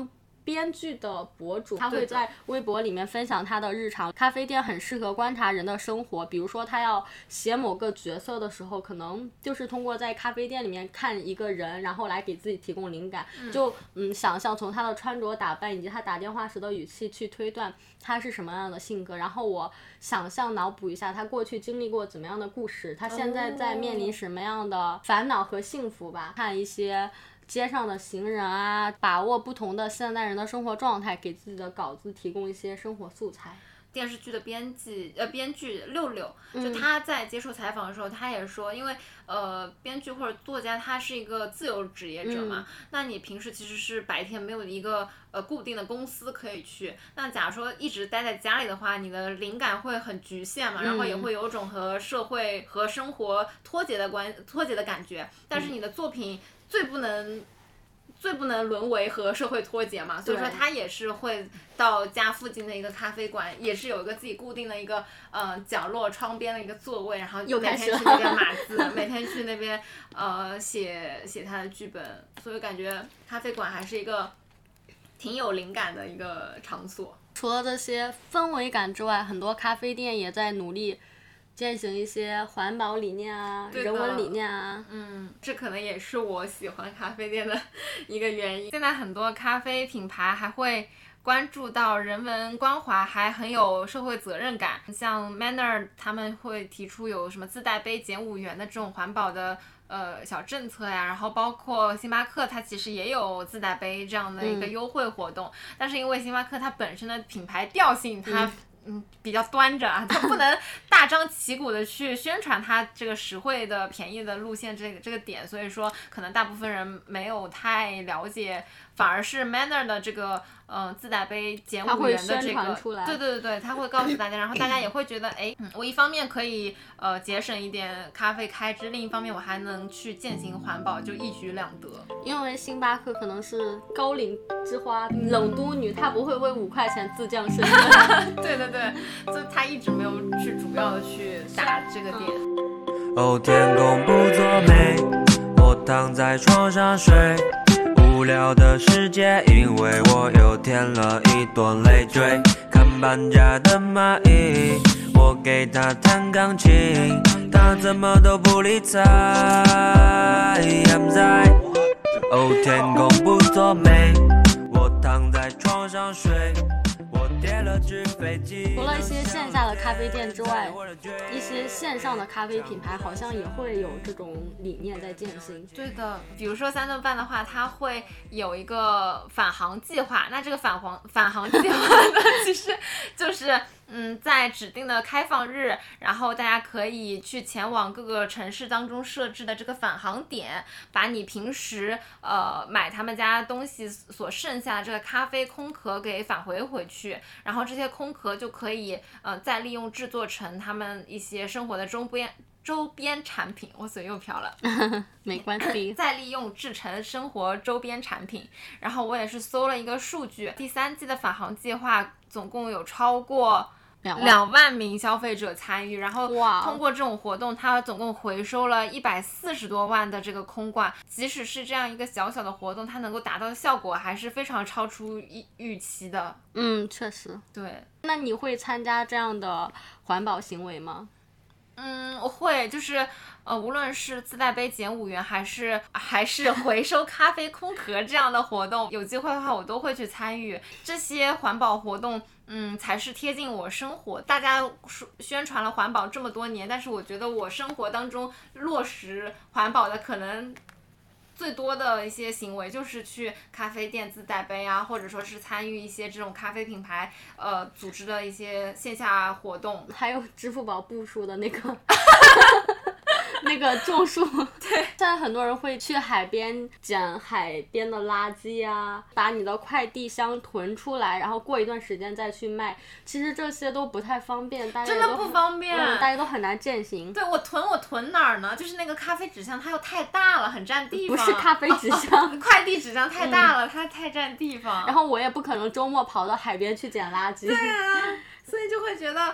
编剧的博主，他会在微博里面分享他的日常。咖啡店很适合观察人的生活，比如说他要写某个角色的时候，可能就是通过在咖啡店里面看一个人，然后来给自己提供灵感。嗯、就嗯，想象从他的穿着打扮以及他打电话时的语气去推断他是什么样的性格，然后我想象脑补一下他过去经历过怎么样的故事，他现在在面临什么样的烦恼和幸福吧。看一些街上的行人啊，把握不同的现代人的生活状态，给自己的稿子提供一些生活素材。 电视剧的编辑呃编剧六六，就他在接受采访的时候，他也说，因为呃编剧或者作家他是一个自由职业者嘛，嗯、那你平时其实是白天没有一个呃固定的公司可以去，那假如说一直待在家里的话，你的灵感会很局限嘛，然后也会有种和社会和生活脱节的关脱节的感觉，但是你的作品最不能。最不能沦为和社会脱节嘛，所以说他也是会到家附近的一个咖啡馆，也是有一个自己固定的一个呃角落窗边的一个座位，然后每天去那边码字，每天去那边呃写写他的剧本，所以感觉咖啡馆还是一个挺有灵感的一个场所。 除了这些氛围感之外，很多咖啡店也在努力践行一些环保理念啊，人文理念啊。 嗯，这可能也是我喜欢咖啡店的一个原因。现在很多咖啡品牌还会关注到人文关怀，还很有社会责任感。像 Manner 他们会提出有什么自带杯减五元的这种环保的呃小政策呀，然后包括星巴克它其实也有自带杯这样的一个优惠活动，嗯、但是因为星巴克它本身的品牌调性它、嗯嗯，比较端着啊，他不能大张旗鼓的去宣传他这个实惠的便宜的路线这个这个点，所以说可能大部分人没有太了解，反而是 Manner 的这个呃自带杯减五元的这个，对对对对，他会告诉大家，然后大家也会觉得，哎，我一方面可以呃节省一点咖啡开支，另一方面我还能去践行环保，就一举两得。 因为星巴克可能是高龄之花、嗯、冷都女，她不会为五块钱自降身价。 对对对，所以她一直没有去主要的去打这个点。 哦，天公不作美，我躺在床上睡。无聊的世界，因为我又添了一朵累赘。看搬家的蚂蚁，我给他弹钢琴，他怎么都不理睬。I'm 在哦，天公不作美，我躺在床上睡。 除了一些线下的咖啡店之外，一些线上的咖啡品牌好像也会有这种理念在践行。 对的，比如说三顿半的话，它会有一个返航计划。那这个返航返航计划呢，其实就是嗯，在指定的开放日，然后大家可以去前往各个城市当中设置的这个返航点，把你平时呃买他们家东西所剩下的这个咖啡空壳给返回回去，然后这些空壳就可以呃再利用制作成他们一些生活的周边周边产品，我嘴又瓢了， 没关系， 再利用制成生活周边产品。然后我也是搜了一个数据，第三季的返航计划总共有超过两万名消费者参与，然后通过这种活动，它总共回收了一百四十多万的这个空罐。即使是这样一个小小的活动，它能够达到的效果还是非常超出预期的。 嗯，确实。 对。 那你会参加这样的环保行为吗？ 嗯，我会，就是呃，无论是自带杯减五元，还是还是回收咖啡空壳这样的活动，有机会的话我都会去参与。这些环保活动，嗯，才是贴近我生活。大家宣传了环保这么多年，但是我觉得我生活当中落实环保的可能最多的一些行为就是去咖啡店自带杯啊，或者说是参与一些这种咖啡品牌呃组织的一些线下活动， 还有支付宝部署的那个那个种树。 对， 现在很多人会去海边捡海边的垃圾啊，把你的快递箱囤出来，然后过一段时间再去卖。其实这些都不太方便，大家真的不方便、 嗯、大家都很难践行。 对，我囤我囤哪儿呢？就是那个咖啡纸箱它又太大了，很占地方。 不是咖啡纸箱、 哦、快递纸箱太大了、嗯、它太占地方。 然后我也不可能周末跑到海边去捡垃圾。 对啊，所以就会觉得嗯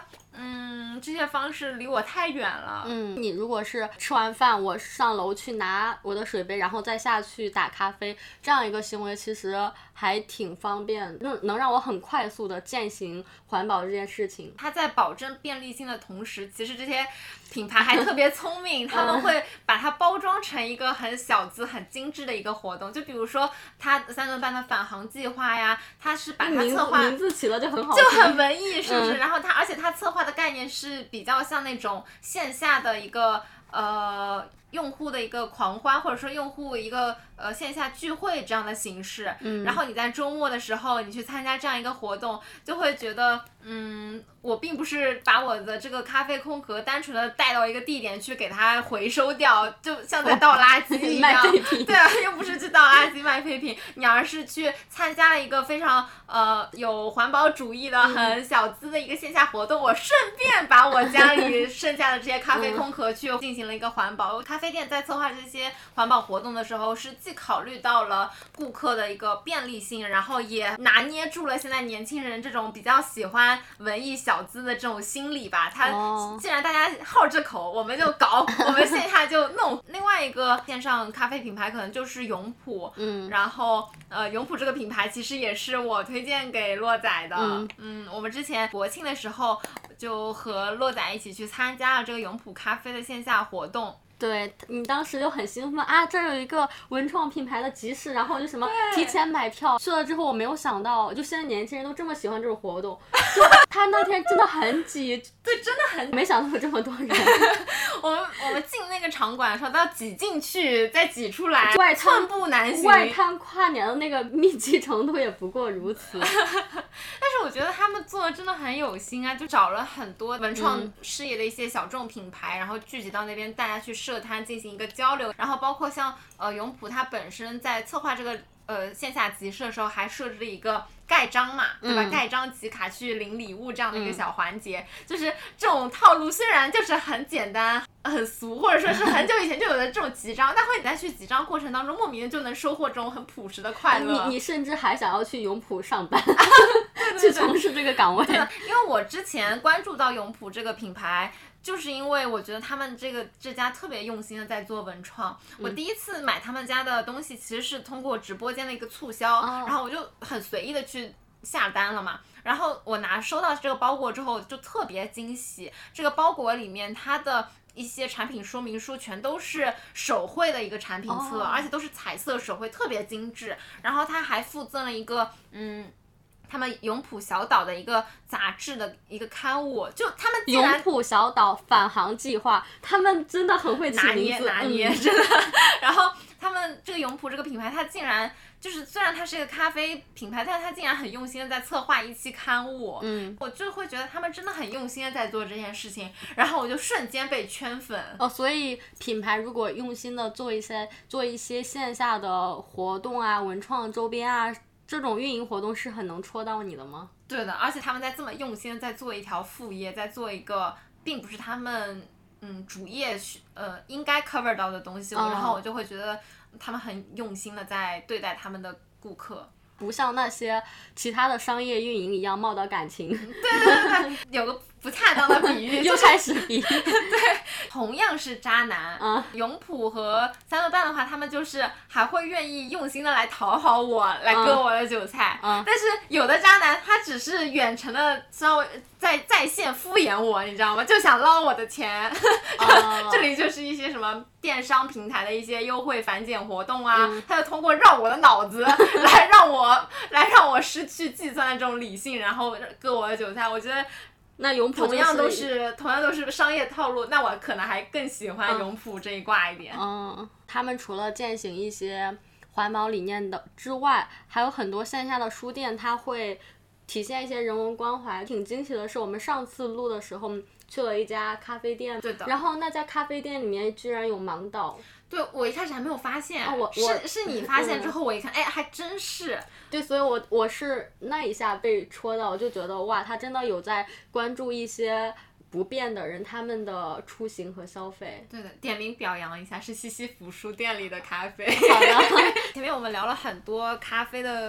嗯，这些方式离我太远了。 嗯，你如果是吃完饭我上楼去拿我的水杯，然后再下去打咖啡，这样一个行为其实还挺方便，能能让我很快速的践行环保这件事情。 它在保证便利性的同时，其实这些品牌还特别聪明，他们会把它包装成一个很小资、很精致的一个活动。就比如说，它三顿半的返航计划呀，它是把它策划名字起了就很好， 就很文艺，是不是？ 嗯、 然后它，而且它策划的概念是比较像那种线下的一个呃。用户的一个狂欢，或者说用户一个呃线下聚会这样的形式， 嗯， 然后你在周末的时候你去参加这样一个活动，就会觉得嗯，我并不是把我的这个咖啡空壳单纯的带到一个地点去给它回收掉，就像在倒垃圾一样，对啊，又不是去倒垃圾卖废品，你而是去参加了一个非常呃有环保主义的很小资的一个线下活动，我顺便把我家里剩下的这些咖啡空壳去进行了一个环保。咖啡店在策划这些环保活动的时候，是既考虑到了顾客的一个便利性，然后也拿捏住了现在年轻人这种比较喜欢文艺小资的这种心理吧。他既然大家好这口，我们就搞，我们线下就弄。另外一个线上咖啡品牌可能就是永璞， 嗯， 然后呃，永璞这个品牌其实也是我推荐给洛仔的。 嗯, 嗯，我们之前国庆的时候就和洛仔一起去参加了这个永璞咖啡的线下活动。 对，你当时就很兴奋啊，这儿有一个文创品牌的集市，然后就什么提前买票去了之后，我没有想到，就现在年轻人都这么喜欢这种活动，就他那天真的很挤， 对，真的很， 没想到有这么多人。 我们我们进那个场馆的时候都要挤进去，再挤出来， 外寸步难行。 外滩跨年的那个密集程度也不过如此。 但是我觉得他们做的真的很有心啊，就找了很多文创事业的一些小众品牌，嗯、然后聚集到那边，大家去设摊进行一个交流，然后包括像呃永璞它本身在策划这个呃线下集市的时候，还设置了一个盖章嘛，对吧？嗯、盖章集卡去领礼物这样的一个小环节，嗯、就是这种套路虽然就是很简单、很俗，或者说是很久以前就有的这种集章，但会你在去集章过程当中，莫名的就能收获这种很朴实的快乐。 你你甚至还想要去永璞上班，去从事这个岗位。 对的，因为我之前关注到永璞这个品牌。就是因为我觉得他们这个这家特别用心的在做文创，嗯、我第一次买他们家的东西其实是通过直播间的一个促销，哦、然后我就很随意的去下单了嘛。然后我拿收到这个包裹之后就特别惊喜，这个包裹里面它的一些产品说明书全都是手绘的一个产品册，哦、而且都是彩色手绘，特别精致。然后它还附赠了一个嗯。他们永璞小岛的一个杂志的一个刊物，就他们竟然永璞小岛返航计划，他们真的很会起名字， 拿捏，拿捏，真的。然后他们这个永璞这个品牌，它竟然就是虽然它是一个咖啡品牌，但是它竟然很用心的在策划一期刊物， 嗯， 我就会觉得他们真的很用心的在做这件事情，然后我就瞬间被圈粉。 哦，所以品牌如果用心的做一些做一些线下的活动啊，文创周边啊。这种运营活动是很能戳到你的吗？ 对的，而且他们在这么用心的在做一条副业，在做一个并不是他们嗯主业呃应该 cover 到的东西，嗯、然后我就会觉得他们很用心的在对待他们的顾客。 不像那些其他的商业运营一样冒到感情。 对对对对，有个不恰当的比喻， 又开始比喻。 对，同样是渣男， 嗯， 永璞和三顿半的话，他们就是还会愿意用心的来讨好我，来割我的韭菜。 嗯， 但是有的渣男他只是远程的稍微在在线敷衍我，你知道吗？就想捞我的钱。 哦、 这里就是一些什么电商平台的一些优惠返减活动啊， 嗯、 他就通过绕我的脑子来让我来让我失去计算的这种理性，然后割我的韭菜。我觉得。 那永璞同样都是同样都是商业套路，那我可能还更喜欢永璞这一挂一点。 嗯，嗯他们除了践行一些环保理念的之外，还有很多线下的书店，它会体现一些人文关怀。挺惊喜的是，我们上次录的时候去了一家咖啡店， 对的。 然后那家咖啡店里面居然有盲道。 对，我一开始还没有发现， 哦、我是是你发现之后，我一看，嗯、哎，还真是。 对，所以我我是那一下被戳到，我就觉得哇，他真的有在关注一些不便的人他们的出行和消费。 对的，点名表扬一下，是西西弗书店里的咖啡。 好的。 前面我们聊了很多咖啡的。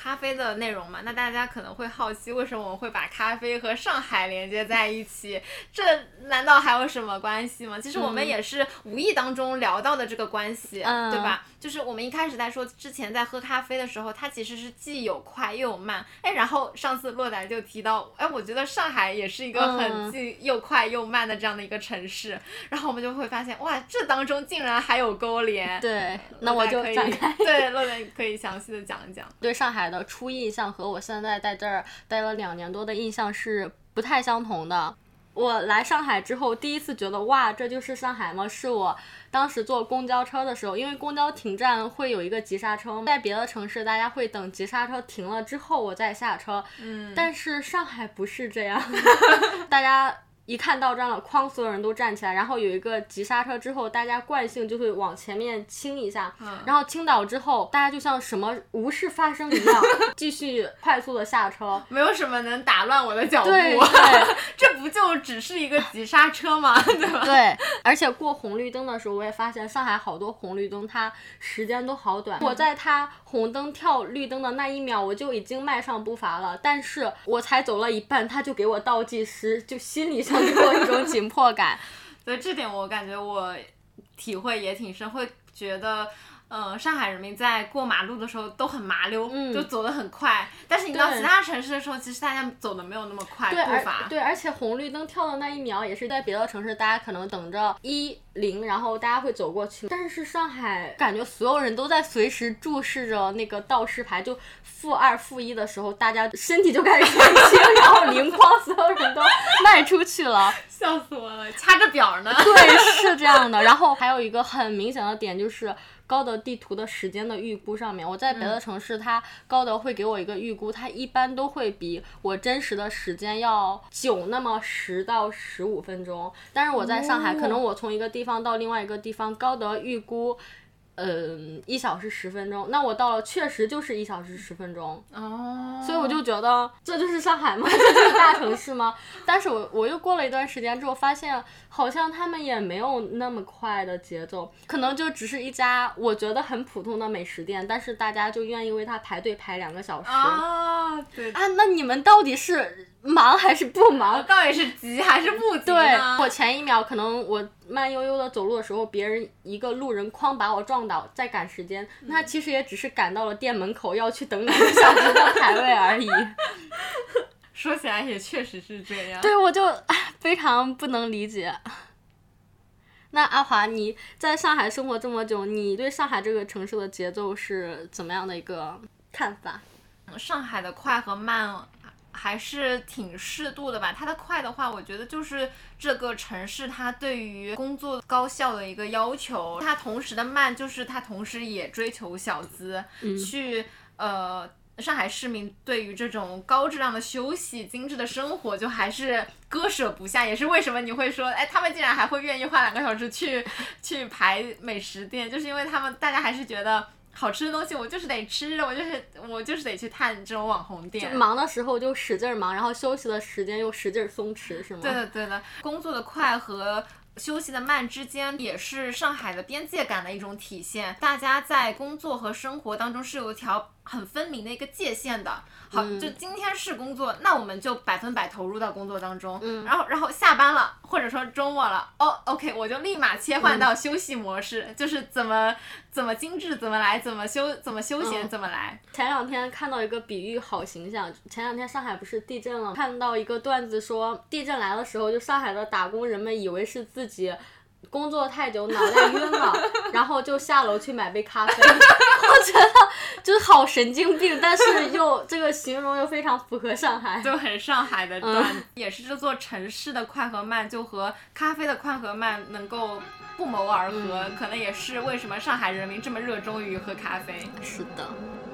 咖啡的内容嘛，那大家可能会好奇，为什么我们会把咖啡和上海连接在一起？这难道还有什么关系吗？其实我们也是无意当中聊到的这个关系， 嗯、 对吧？就是我们一开始在说之前在喝咖啡的时候，它其实是既有快又有慢。哎，然后上次洛仔就提到，哎，我觉得上海也是一个很既又快又慢的这样的一个城市，嗯、然后我们就会发现，哇，这当中竟然还有勾连。 对，那我就展开。 对，洛仔可以详细的讲一讲。 对上海的初印象和我现在在这儿待了两年多的印象是不太相同的。我来上海之后第一次觉得哇这就是上海吗？是我当时坐公交车的时候，因为公交停站会有一个急刹车，在别的城市大家会等急刹车停了之后我再下车， 嗯， 但是上海不是这样大家一看到站了，哐，所有人都站起来，然后有一个急刹车之后，大家惯性就会往前面倾一下， 嗯、 然后倾倒之后，大家就像什么无事发生一样，继续快速的下车， 没有什么能打乱我的脚步。 对对这不就只是一个急刹车吗？对吧？ 对，而且过红绿灯的时候，我也发现上海好多红绿灯它时间都好短。我在它红灯跳绿灯的那一秒，我就已经迈上步伐了，但是我才走了一半，他就给我倒计时，就心里上给我一种紧迫感。 对，这点我感觉我体会也挺深，会觉得呃，上海人民在过马路的时候都很麻溜，嗯、就走得很快。但是你到其他城市的时候，其实大家走的没有那么快步伐。 对，而且红绿灯跳的那一秒，也是在别的城市，大家可能等着一零，然后大家会走过去。但是上海感觉所有人都在随时注视着那个倒视牌，就负二、负一的时候，大家身体就开始前倾，然后灵光，所有人都迈出去了。 笑死我了，掐着表呢。 对，是这样的。然后还有一个很明显的点就是。高德地图的时间的预估上面，我在别的城市，它高德会给我一个预估，它一般都会比我真实的时间要久那么十到十五分钟。但是我在上海，可能我从一个地方到另外一个地方，高德预估嗯，一小时十分钟，那我到了确实就是一小时十分钟哦， 所以我就觉得这就是上海吗？这就是大城市吗？但是我我又过了一段时间之后，发现好像他们也没有那么快的节奏，可能就只是一家我觉得很普通的美食店，但是大家就愿意为它排队排两个小时啊，对啊，那你们到底是忙还是不忙？ 到底是急还是不急呢？ 对，我前一秒可能我慢悠悠的走路的时候，别人一个路人哐把我撞倒，在赶时间，那、嗯、其实也只是赶到了店门口，要去等两个小时的排位而已。 说起来也确实是这样。 对，我就非常不能理解。那阿华，你在上海生活这么久，你对上海这个城市的节奏是怎么样的一个看法？ 上海的快和慢还是挺适度的吧。它的快的话，我觉得就是这个城市它对于工作高效的一个要求，它同时的慢就是它同时也追求小资、嗯、去呃上海市民对于这种高质量的休息、精致的生活就还是割舍不下，也是为什么你会说哎他们竟然还会愿意花两个小时去去排美食店，就是因为他们大家还是觉得好吃的东西我就是得吃，我就是我就是得去探这种网红店。 就忙的时候就使劲忙，然后休息的时间又使劲松弛，是吗？ 对的对的，工作的快和休息的慢之间也是上海的边界感的一种体现，大家在工作和生活当中是有一条很分明的一个界限的。好，就今天是工作，那我们就百分百投入到工作当中，嗯，然后然后下班了或者说周末了，哦 OK 我就立马切换到休息模式，嗯、就是怎么怎么精致怎么来，怎么休怎么休闲、嗯、怎么来。 前两天看到一个比喻好形象，前两天上海不是地震了，看到一个段子说地震来的时候，就上海的打工人们以为是自己工作太久脑袋晕了然后就下楼去买杯咖啡我觉得就是好神经病，但是又这个形容又非常符合上海， 就很上海的段子、嗯、也是这座城市的快和慢就和咖啡的快和慢能够不谋而合、嗯、可能也是为什么上海人民这么热衷于喝咖啡。 是的。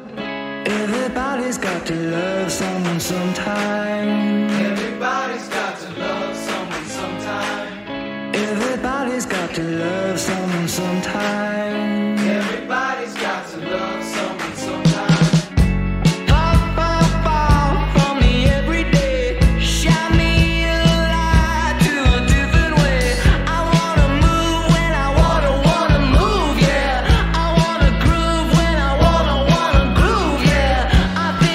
Everybody's got to love someone sometime. Everybody's got to love someone sometime. Everybody's got to love someone sometime. Everybody's got to love someone sometime. Fall, fall, fall from the everyday. Shine me a light to a different way. I wanna move when I wanna wanna move, yeah. I wanna groove when I wanna wanna groove, yeah. I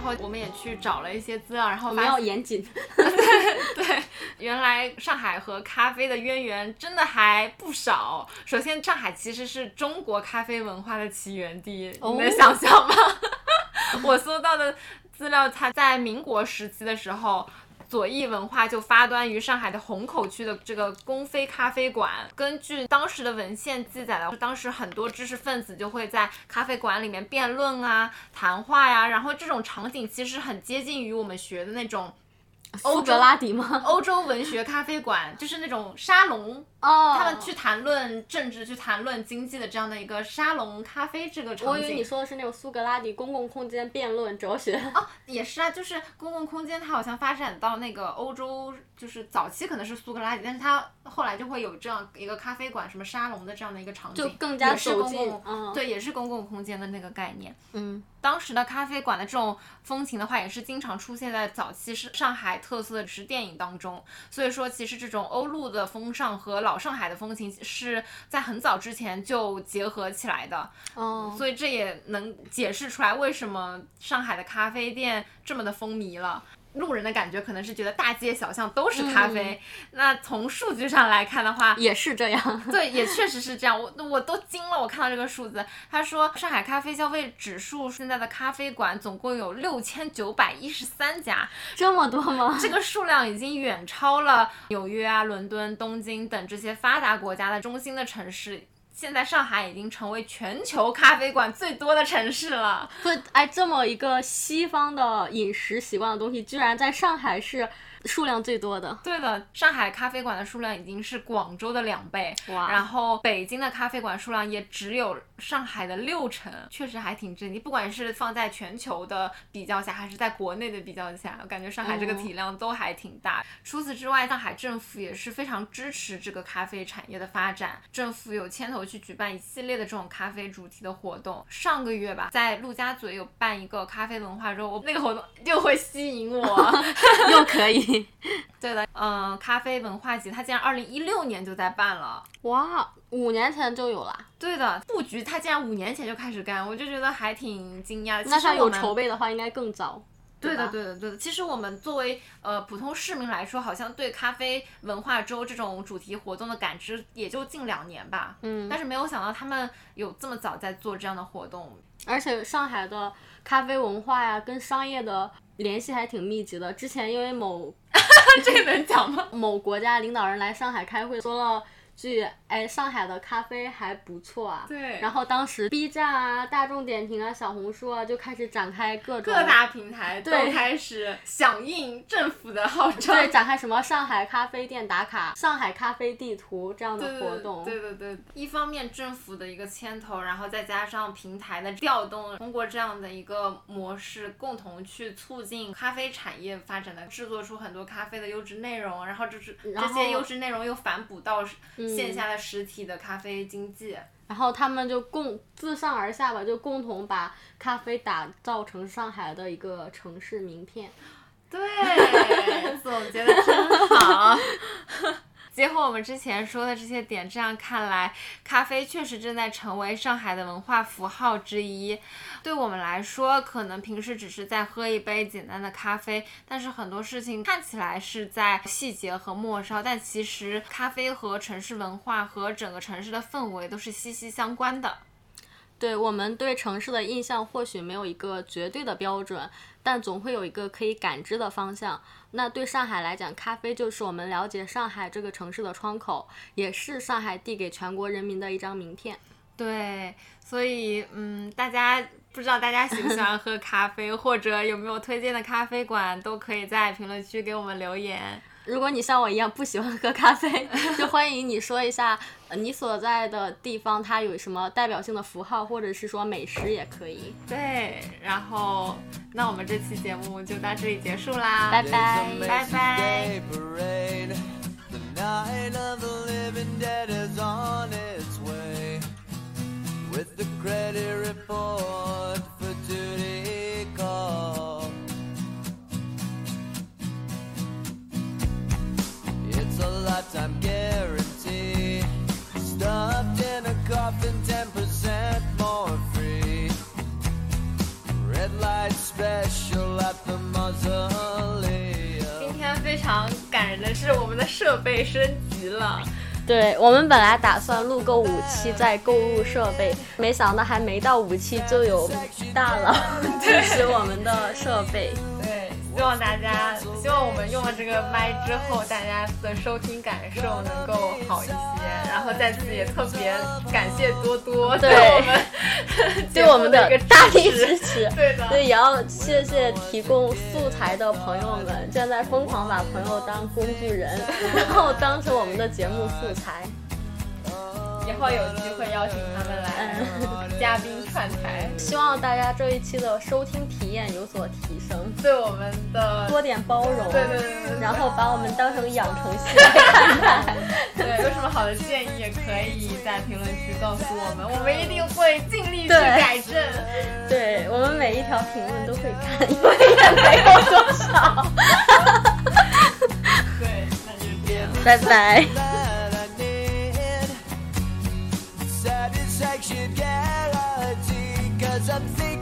后我们也去找了一些资料，然后我们要严谨。 对，原来上海和咖啡的渊源真的还不少。首先，上海其实是中国咖啡文化的起源地，哦、你能想象吗？我搜到的资料，它在民国时期的时候，左翼文化就发端于上海的虹口区的这个宫妃咖啡馆。根据当时的文献记载的，当时很多知识分子就会在咖啡馆里面辩论啊、谈话呀、啊，然后这种场景其实很接近于我们学的那种苏格拉底吗？ 欧洲文学咖啡馆，就是那种沙龙。 哦， 他们去谈论政治、去谈论经济的这样的一个沙龙咖啡这个场景。 我以为你说的是那种苏格拉底公共空间辩论哲学。 哦，也是啊，就是公共空间，它好像发展到那个欧洲，就是早期可能是苏格拉底，但是它后来就会有这样一个咖啡馆、什么沙龙的这样的一个场景， 就更加走进， 嗯，对，也是公共空间的那个概念。 嗯， 当时的咖啡馆的这种风情的话，也是经常出现在早期是上海特色的是电影当中。所以说，其实这种欧陆的风尚和老上海的风情是在很早之前就结合起来的。 哦， 所以这也能解释出来为什么上海的咖啡店这么的风靡了。路人的感觉可能是觉得大街小巷都是咖啡，嗯、那从数据上来看的话， 也是这样。 对，也确实是这样。我我都惊了，我看到这个数字，他说上海咖啡消费指数现在的咖啡馆总共有六千九百一十三家， 这么多吗？ 这个数量已经远超了纽约啊、伦敦、东京等这些发达国家的中心的城市。现在上海已经成为全球咖啡馆最多的城市了。 不，哎，这么一个西方的饮食习惯的东西，居然在上海是数量最多的。 对的，上海咖啡馆的数量已经是广州的两倍， 哇！ 然后北京的咖啡馆数量也只有上海的六成，确实还挺震惊。不管是放在全球的比较下，还是在国内的比较下，我感觉上海这个体量都还挺大。嗯、除此之外，上海政府也是非常支持这个咖啡产业的发展，政府有牵头去举办一系列的这种咖啡主题的活动。上个月吧，在陆家嘴有办一个咖啡文化周，那个活动又会吸引我， 又可以。 对的，嗯、呃，咖啡文化节它竟然二零一六年就在办了， 哇，五年前就有了。 对的，布局它竟然五年前就开始干，我就觉得还挺惊讶的。 那它有筹备的话，应该更早。 对的，对的，对的。其实我们作为呃普通市民来说，好像对咖啡文化周这种主题活动的感知也就近两年吧。 嗯。 但是没有想到他们有这么早在做这样的活动。 而且上海的咖啡文化呀，跟商业的联系还挺密集的。之前因为某这个能讲吗？ 某国家领导人来上海开会，说了句哎，上海的咖啡还不错啊。 对。 然后当时 B 站啊、大众点评啊、小红书啊就开始展开各种各大平台都开始响应政府的号召， 对，展开什么上海咖啡店打卡、上海咖啡地图这样的活动。 对对 对, 对, 对，一方面政府的一个牵头，然后再加上平台的调动，通过这样的一个模式，共同去促进咖啡产业发展的，制作出很多咖啡的优质内容，然后就是这些优质内容又反哺到线下的实体的咖啡经济。嗯， 然后他们就共自上而下吧，就共同把咖啡打造成上海的一个城市名片。 对，总结的真好。结合我们之前说的这些点，这样看来，咖啡确实正在成为上海的文化符号之一。对我们来说，可能平时只是在喝一杯简单的咖啡，但是很多事情看起来是在细节和末梢，但其实咖啡和城市文化和整个城市的氛围都是息息相关的。 对，我们对城市的印象或许没有一个绝对的标准，但总会有一个可以感知的方向。那对上海来讲，咖啡就是我们了解上海这个城市的窗口，也是上海递给全国人民的一张名片。 对，所以嗯，大家不知道大家喜不喜欢喝咖啡，或者有没有推荐的咖啡馆，都可以在评论区给我们留言。 如果你像我一样不喜欢喝咖啡，就欢迎你说一下你所在的地方它有什么代表性的符号，或者是说美食也可以。 对，然后那我们这期节目就到这里结束啦， 拜拜拜拜。 Lifetime guarantee, stuffed in a coffin, ten percent more free. Red light special. 设备升级了。 对，我们本来打算录够五期再购入设备，没想到还没到五期就有大佬支持我们的设备。 对，希望大家，希望我们用了这个麦之后，大家的收听感受能够好一些。然后在此也特别感谢多多对我们对我们的一个大力支持。 对的， 对，也要谢谢提供素材的朋友们，正在疯狂把朋友当工具人，然后当成我们的节目素材。 以后有机会邀请他们来、嗯、嘉宾串台， 希望大家这一期的收听体验有所提升， 对我们的多点包容， 对对 对, 对, 对， 然后把我们当成养成系来看待。 对，有什么好的建议也可以在评论区告诉我们，我们一定会尽力去改正。 对，对我们每一条评论都会看，因为也没有多少。 对，那就这样， 拜拜。 Satisfaction guarantee, 'cause I'm thinking